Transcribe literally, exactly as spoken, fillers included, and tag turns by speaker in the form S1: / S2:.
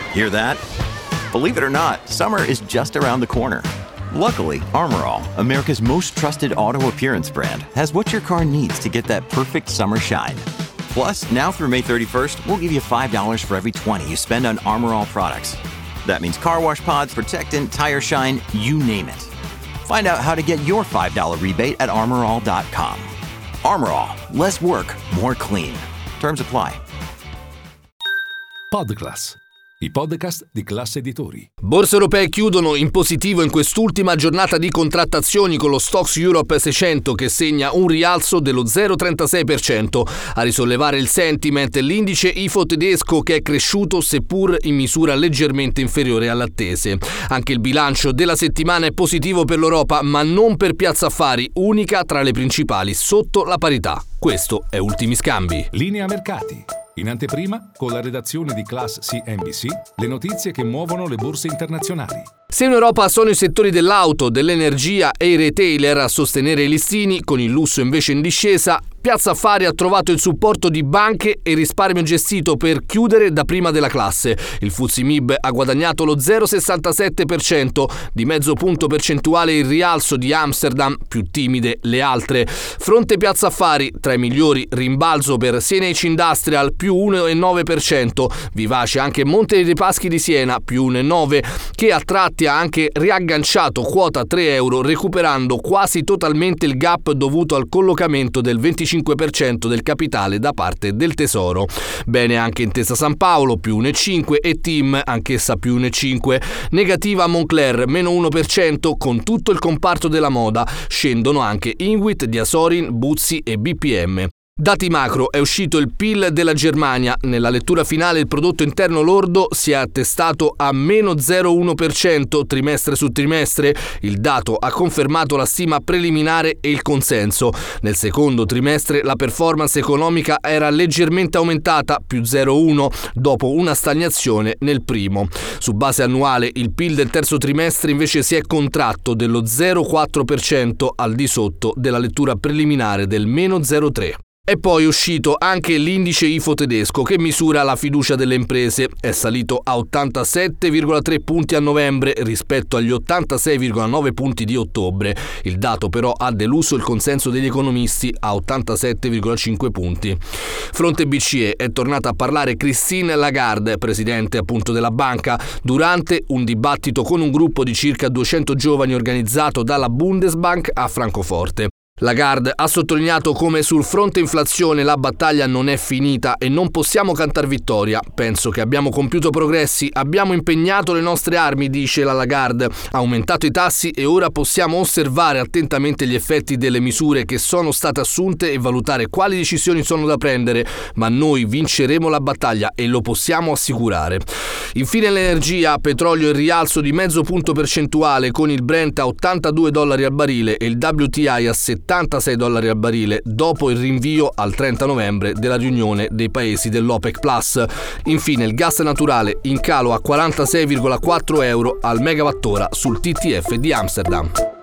S1: Hear that? Believe it or not, summer is just around the corner. Luckily, Armor All, America's most trusted auto appearance brand, has what your car needs to get that perfect summer shine. Plus, now through May thirty-first, we'll give you five dollars for every twenty you spend on Armor All products. That means car wash pods, protectant, tire shine, you name it. Find out how to get your five dollars rebate at armor all dot com. Armor All, less work, more clean. Terms apply.
S2: Podclass, i podcast di Classe Editori.
S3: Borse europee chiudono in positivo in quest'ultima giornata di contrattazioni con lo Stoxx Europe seicento che segna un rialzo dello zero virgola trentasei per cento. A risollevare il sentiment l'indice I F O tedesco che è cresciuto seppur in misura leggermente inferiore alle attese. Anche il bilancio della settimana è positivo per l'Europa, ma non per Piazza Affari, unica tra le principali sotto la parità. Questo è Ultimi Scambi.
S2: Linea mercati. In anteprima, con la redazione di Class C N B C, le notizie che muovono le borse internazionali.
S3: Se in Europa sono i settori dell'auto, dell'energia e i retailer a sostenere i listini, con il lusso invece in discesa, Piazza Affari ha trovato il supporto di banche e risparmio gestito per chiudere da prima della classe. Il F T S E M I B ha guadagnato lo zero virgola sessantasette per cento, di mezzo punto percentuale il rialzo di Amsterdam, più timide le altre. Fronte Piazza Affari, tra i migliori rimbalzo per Siena H Industrial, più uno virgola nove per cento, vivace anche Monte dei Paschi di Siena, più uno virgola nove per cento, che a tratti ha anche riagganciato quota tre euro, recuperando quasi totalmente il gap dovuto al collocamento del venticinque per cento del capitale da parte del Tesoro. Bene anche Intesa San Paolo, più uno virgola cinque per cento, e Tim, anch'essa più uno virgola cinque per cento. Negativa Moncler, meno uno per cento, con tutto il comparto della moda. Scendono anche Inwit, Diasorin, Buzzi e B P M. Dati macro, è uscito il P I L della Germania. Nella lettura finale il prodotto interno lordo si è attestato a meno zero virgola uno per cento trimestre su trimestre. Il dato ha confermato la stima preliminare e il consenso. Nel secondo trimestre la performance economica era leggermente aumentata, più zero virgola uno, dopo una stagnazione nel primo. Su base annuale il P I L del terzo trimestre invece si è contratto dello zero virgola quattro per cento, al di sotto della lettura preliminare del meno zero virgola tre per cento. È poi uscito anche l'indice I F O tedesco che misura la fiducia delle imprese. È salito a ottantasette virgola tre punti a novembre rispetto agli ottantasei virgola nove punti di ottobre. Il dato però ha deluso il consenso degli economisti a ottantasette virgola cinque punti. Fronte B C E è tornata a parlare Christine Lagarde, presidente appunto della banca, durante un dibattito con un gruppo di circa duecento giovani organizzato dalla Bundesbank a Francoforte. Lagarde ha sottolineato come sul fronte inflazione la battaglia non è finita e non possiamo cantar vittoria. Penso che abbiamo compiuto progressi, abbiamo impegnato le nostre armi, dice la Lagarde, aumentato i tassi e ora possiamo osservare attentamente gli effetti delle misure che sono state assunte e valutare quali decisioni sono da prendere, ma noi vinceremo la battaglia e lo possiamo assicurare. Infine l'energia, petrolio in rialzo di mezzo punto percentuale con il Brent a ottantadue dollari al barile e il W T I a settantasei dollari al barile dopo il rinvio al trenta novembre della riunione dei paesi dell'OPEC plus. Infine il gas naturale in calo a quarantasei virgola quattro euro al megawattora sul T T F di Amsterdam.